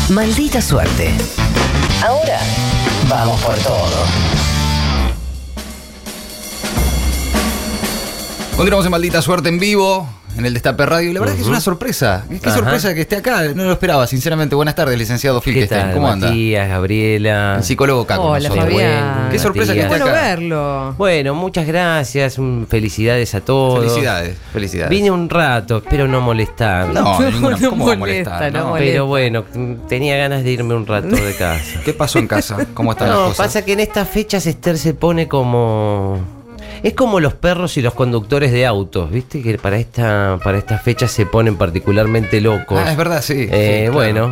Maldita suerte. Ahora vamos por todo. Continuamos en Maldita Suerte en vivo, en el Destape Radio. Y la verdad es que es una sorpresa. Qué sorpresa que esté acá. No lo esperaba, sinceramente. Buenas tardes, licenciado Filkestein. ¿Cómo anda? Matías, Gabriela. El psicólogo Caco. Hola, Fabián. Qué sorpresa que esté acá. Bueno verlo. Bueno, muchas gracias. Felicidades a todos. Felicidades. Vine un rato, espero no molestar. No, ninguna. no ¿Cómo va a molesta, molestar? no No. molesta. Pero bueno, tenía ganas de irme un rato de casa. ¿Qué pasó en casa? ¿Cómo están las No, cosas? pasa que en estas fechas Esther se pone como... Es como los perros y los conductores de autos, ¿viste? Que para estas fechas se ponen particularmente locos. Ah, es verdad, sí. Sí, claro. Bueno,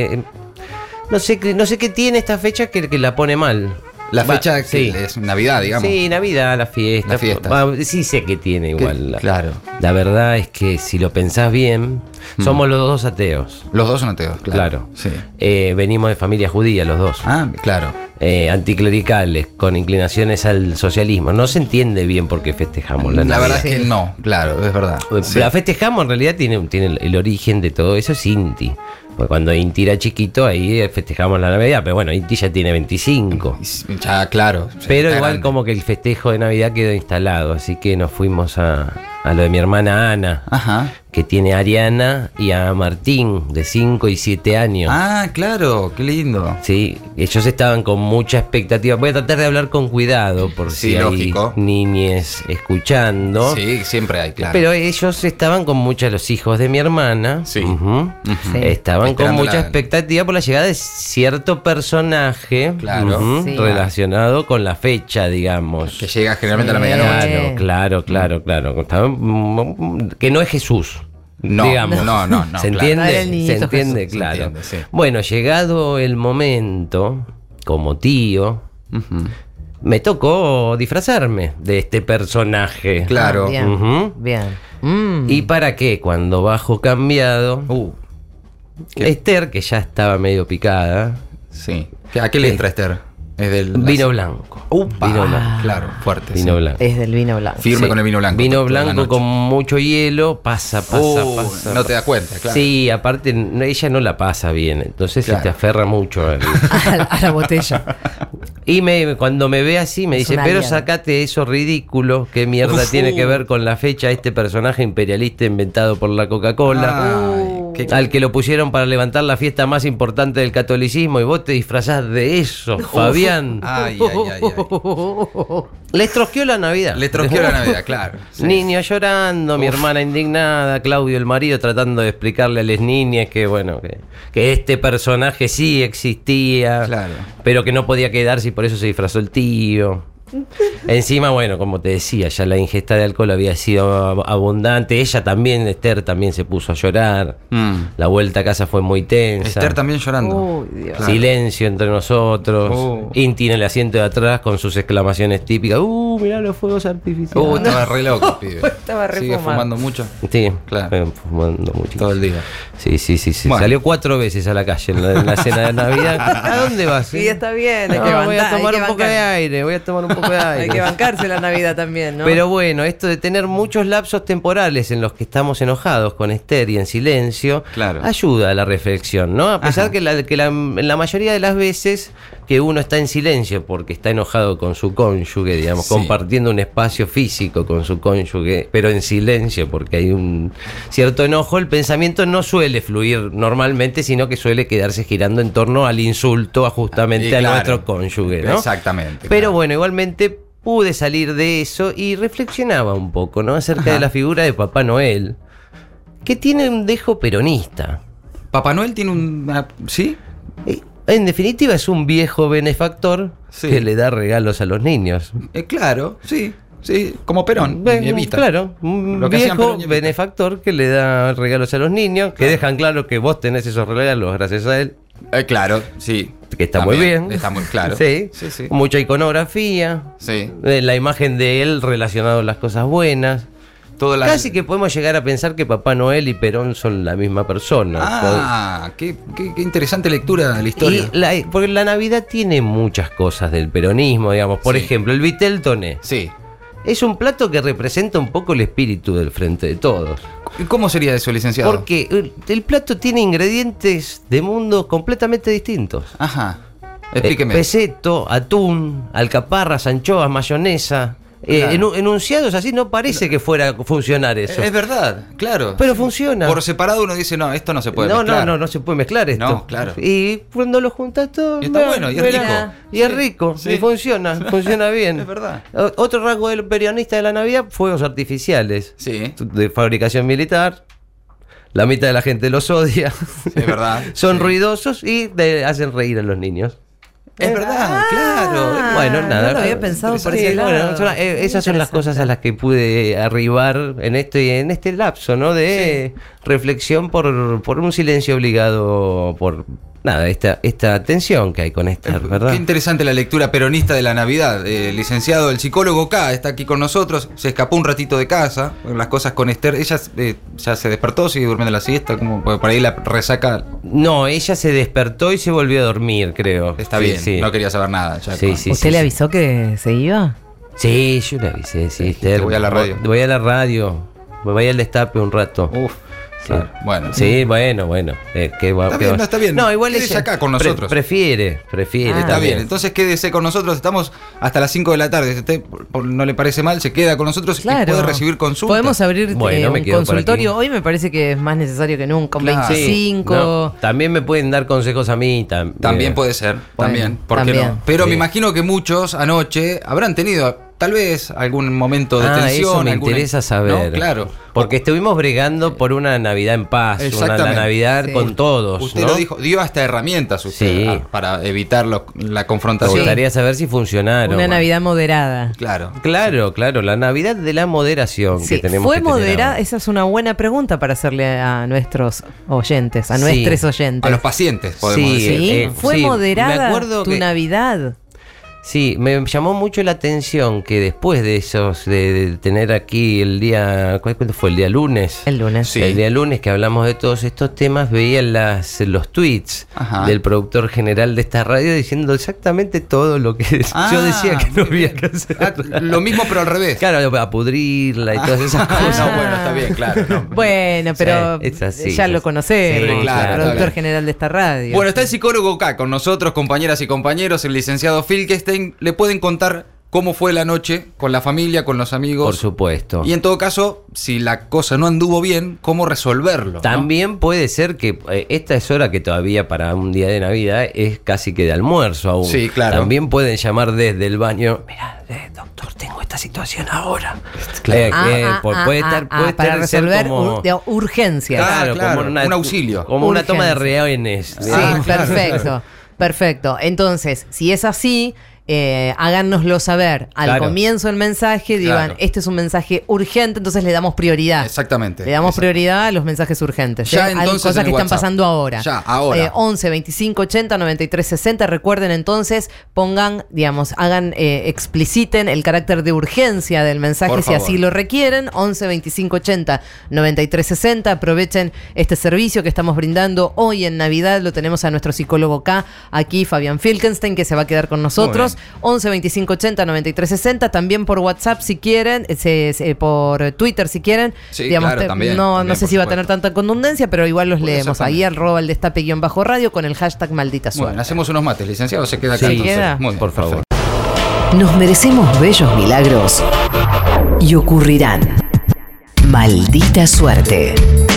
no sé qué tiene esta fecha que la pone mal. La fecha que sí. es Navidad, digamos. Sí, Navidad, la fiesta. La fiesta. Sí sé que tiene igual. Claro. La verdad es que si lo pensás bien, somos los dos ateos. Los dos son ateos, Claro. Sí. Venimos de familia judía los dos. Ah, claro. Anticlericales, con inclinaciones al socialismo. No se entiende bien por qué festejamos la La Navidad. verdad es que no, claro, es verdad. Sí. La festejamos en realidad tiene el origen de todo eso, es Inti. Porque cuando Inti era chiquito, ahí festejamos la Navidad. Pero bueno, Inti ya tiene 25. Ya, claro. Sí, Pero está igual grande. como que el festejo de Navidad quedó instalado. Así que nos fuimos a lo de mi hermana Ana, Ajá. que tiene a Ariana, y a Martín, de 5 y 7 años. Ah, claro, qué lindo. Sí, ellos estaban con mucha expectativa. Voy a tratar de hablar con cuidado por Sí, si hay lógico. niñes escuchando. Sí, siempre hay, claro. Pero ellos estaban con muchos, los hijos de mi hermana. Sí. Ujú. Sí. Estaban con Esperando mucha la- expectativa por la llegada de cierto personaje, Claro. Sí. relacionado con la fecha, digamos. Que llega generalmente a la Sí. medianoche. Claro. Que no es Jesús. No, digamos. no, ¿Se claro. entiende? No era el niñito Se entiende, Jesús. claro. Se entiende, sí. Bueno, llegado el momento, como tío, Ujú. me tocó disfrazarme de este personaje. Claro. Bien. Ujú. Bien. ¿Y para qué? Cuando bajo cambiado, ¿Qué? Esther, que ya estaba medio picada, Sí. ¿A qué le entra Esther? Es del vino blanco. Upa. Vino blanco. Claro, fuerte. Vino sí. blanco. Es del vino blanco. Firme Sí. con el vino blanco. Vino toda la blanco noche. con mucho hielo, pasa. No te das cuenta, claro. Sí, aparte ella no la pasa bien, entonces Claro. se te aferra mucho. A la botella. Y cuando me ve así me Es dice, una pero aliada. sacate eso ridículo, ¿qué mierda tiene que ver con la fecha de este personaje imperialista inventado por la Coca-Cola? Ay, qué- Al que lo pusieron para levantar la fiesta más importante del catolicismo y vos te disfrazás de eso, Fabián. Ay. Les trosqueó la Navidad. Le trosqueó la Navidad, claro. Sí. Niños llorando, mi hermana indignada, Claudio el marido tratando de explicarle a las niñas que bueno, que este personaje sí existía, Claro. pero que no podía quedarse y por eso se disfrazó el tío. Encima, bueno, como te decía, ya la ingesta de alcohol había sido abundante. Ella también, Esther, también se puso a llorar. La vuelta a casa fue muy tensa. Esther también llorando. Uy, Dios. Claro. Silencio entre nosotros. Inti en el asiento de atrás con sus exclamaciones típicas. Mirá los fuegos artificiales. Estaba re loco, pibe. Estaba re Sigue fumado. fumando mucho Sí, Claro. fumando mucho. todo el día. Sí. Bueno. Salió 4 veces a la calle en la cena de Navidad. ¿A dónde vas? Sí, está bien. Hay No, que voy a bancar, tomar hay un que poco de bancar. aire, voy a tomar un poco de aire. Hay que bancarse la Navidad también, ¿no? Pero bueno, esto de tener muchos lapsos temporales en los que estamos enojados con Esther y en silencio, Claro. ayuda a la reflexión, ¿no? A pesar que en la mayoría de las veces que uno está en silencio porque está enojado con su cónyuge, digamos, Sí. compartiendo un espacio físico con su cónyuge, pero en silencio porque hay un cierto enojo, el pensamiento no suele fluir normalmente, sino que suele quedarse girando en torno al insulto justamente Y a claro. nuestro cónyuge, ¿no? Exactamente. Pero claro. bueno, igualmente pude salir de eso y reflexionaba un poco, ¿no? Acerca Ajá. de la figura de Papá Noel, que tiene un dejo peronista. Papá Noel tiene ¿sí? En definitiva es un viejo benefactor Sí. que le da regalos a los niños. Claro, sí. Sí, como Perón. y Evita. Claro, un Lo que hacían viejo Perón y Evita. benefactor que le da regalos a los niños, que dejan claro que vos tenés esos regalos gracias a él, Claro, sí. que está También, muy bien. Está muy claro. Sí, Sí. mucha iconografía, Sí. la imagen de él relacionado a las cosas buenas. Toda la- Casi que podemos llegar a pensar que Papá Noel y Perón son la misma persona. Qué interesante lectura de la historia. Porque la Navidad tiene muchas cosas del peronismo, digamos. Por Sí. ejemplo, el Vitel Toné. Sí. Es un plato que representa un poco el espíritu del Frente de Todos. ¿Cómo sería eso, licenciado? Porque el plato tiene ingredientes de mundos completamente distintos. Ajá. Explíqueme. Peseto, atún, alcaparras, anchoas, mayonesa. Claro. Enunciados así no parece que fuera a funcionar eso. Es verdad, claro. Pero funciona. Por separado uno dice, no, esto no se puede mezclar. No se puede mezclar esto. No, claro. Y cuando lo juntas todo... Y está bueno, y es rico. Y es rico, Sí. y funciona bien. Es verdad. Otro rasgo del peronista de la Navidad, fuegos artificiales. Sí. De fabricación militar. La mitad de la gente los odia. Sí, es verdad. Son Sí. ruidosos y hacen reír a los niños. Es verdad, claro. Bueno, nada. No lo había pensado por Sí, ese lado. bueno, esas son las cosas a las que pude arribar en este lapso, ¿no? De reflexión por un silencio obligado por nada, esta tensión que hay con esta, ¿verdad? Qué interesante la lectura peronista de la Navidad. Licenciado, el psicólogo K está aquí con nosotros. Se escapó un ratito de casa. Las cosas con Esther. Ella ya se despertó, sigue durmiendo la siesta. Como por ahí la resaca. No, ella se despertó y se volvió a dormir, creo. Está Sí, bien. sí. No quería saber nada. Ya Sí, con- sí. ¿Usted le avisó que se iba? Sí, yo le avisé, sí. Esther, voy a la radio. Voy a la radio. Voy al destape un rato. Uf. Claro. Bueno. Sí, bueno. Está bien. No, igual Quédese ella acá con nosotros. Prefiere. Está también. bien, entonces quédese con nosotros. Estamos hasta las 5 de la tarde. Si a usted no le parece mal, se queda con nosotros y puede recibir consultas. Podemos abrir Bueno, me un quedo por consultorio. aquí. Hoy me parece que es más necesario que nunca. Un Claro. 25. No, también me pueden dar consejos a mí. También puede ser, Bueno, también, ¿por qué también. no? Pero me Sí. imagino que muchos anoche habrán tenido tal vez algún momento de tensión. Eso me alguna- interesa saber. ¿No? Claro. Porque estuvimos bregando por una Navidad en paz, la Exactamente. Navidad Sí. con todos. Usted ¿no? lo dijo, dio hasta herramientas usted Sí. para evitar la Me confrontación. gustaría saber si funcionaron. Una Navidad moderada. Claro. Claro, la Navidad de la moderación Sí, que tenemos ¿fue que tener moderada? ahora. Esa es una buena pregunta para hacerle a nuestros oyentes, a Sí. nuestros oyentes. A los pacientes, podemos Sí, decir. ¿Sí? ¿Fue sí, me moderada acuerdo tu que- Navidad? Sí, me llamó mucho la atención que después de de tener aquí el día, ¿cuándo fue? El día lunes. El lunes. Sí. El día lunes que hablamos de todos estos temas, veía los tweets Ajá. del productor general de esta radio diciendo exactamente todo lo que yo decía que no muy había bien. que hacer. Lo mismo, pero al revés. Claro, a pudrirla y todas esas cosas. No, bueno, está bien, claro. no. Bueno, pero Sí, es así, ya es lo así. conocemos, Sí, claro, el está productor bien. general de esta radio. Bueno, está el psicólogo acá con nosotros, compañeras y compañeros, el licenciado Filkenstein. Le pueden contar cómo fue la noche con la familia, con los amigos. Por supuesto. Y en todo caso, si la cosa no anduvo bien, cómo resolverlo. ¿no? También puede ser que esta es hora que todavía para un día de Navidad es casi que de almuerzo aún. Sí, claro. También pueden llamar desde el baño. Mira, doctor, tengo esta situación ahora. Puede estar para ser resolver como, de urgencias. Claro. como un auxilio. Como una toma de Urgencia. rehenes. Sí, Ah, claro. perfecto. Perfecto. Entonces, si es así, háganoslo saber al Claro. comienzo del mensaje, digan, Claro. este es un mensaje urgente, entonces le damos prioridad. Exactamente. Le damos Exacto. prioridad a los mensajes urgentes. Ya, Hay entonces, cosas en que el están WhatsApp. pasando ahora. Ya, ahora. 11 25 80 93 60. Recuerden entonces, pongan, digamos, expliciten el carácter de urgencia del mensaje Por si así favor. lo requieren. 11 25 80 93 60. Aprovechen este servicio que estamos brindando hoy en Navidad. Lo tenemos a nuestro psicólogo K, aquí Fabián Filkenstein, que se va a quedar con nosotros. 11 25 80 93 60. También por WhatsApp si quieren, por Twitter si quieren. Sí, claro, también, no también, sé por si va a supuesto. tener tanta contundencia, pero igual los Puede ser leemos. también. Ahí @el destape_radio con el hashtag maldita suerte. Bueno, hacemos unos mates, licenciado. Se queda acá. Sí, entonces. queda. Muy bien, Por favor. perfecto. Nos merecemos bellos milagros y ocurrirán. Maldita suerte.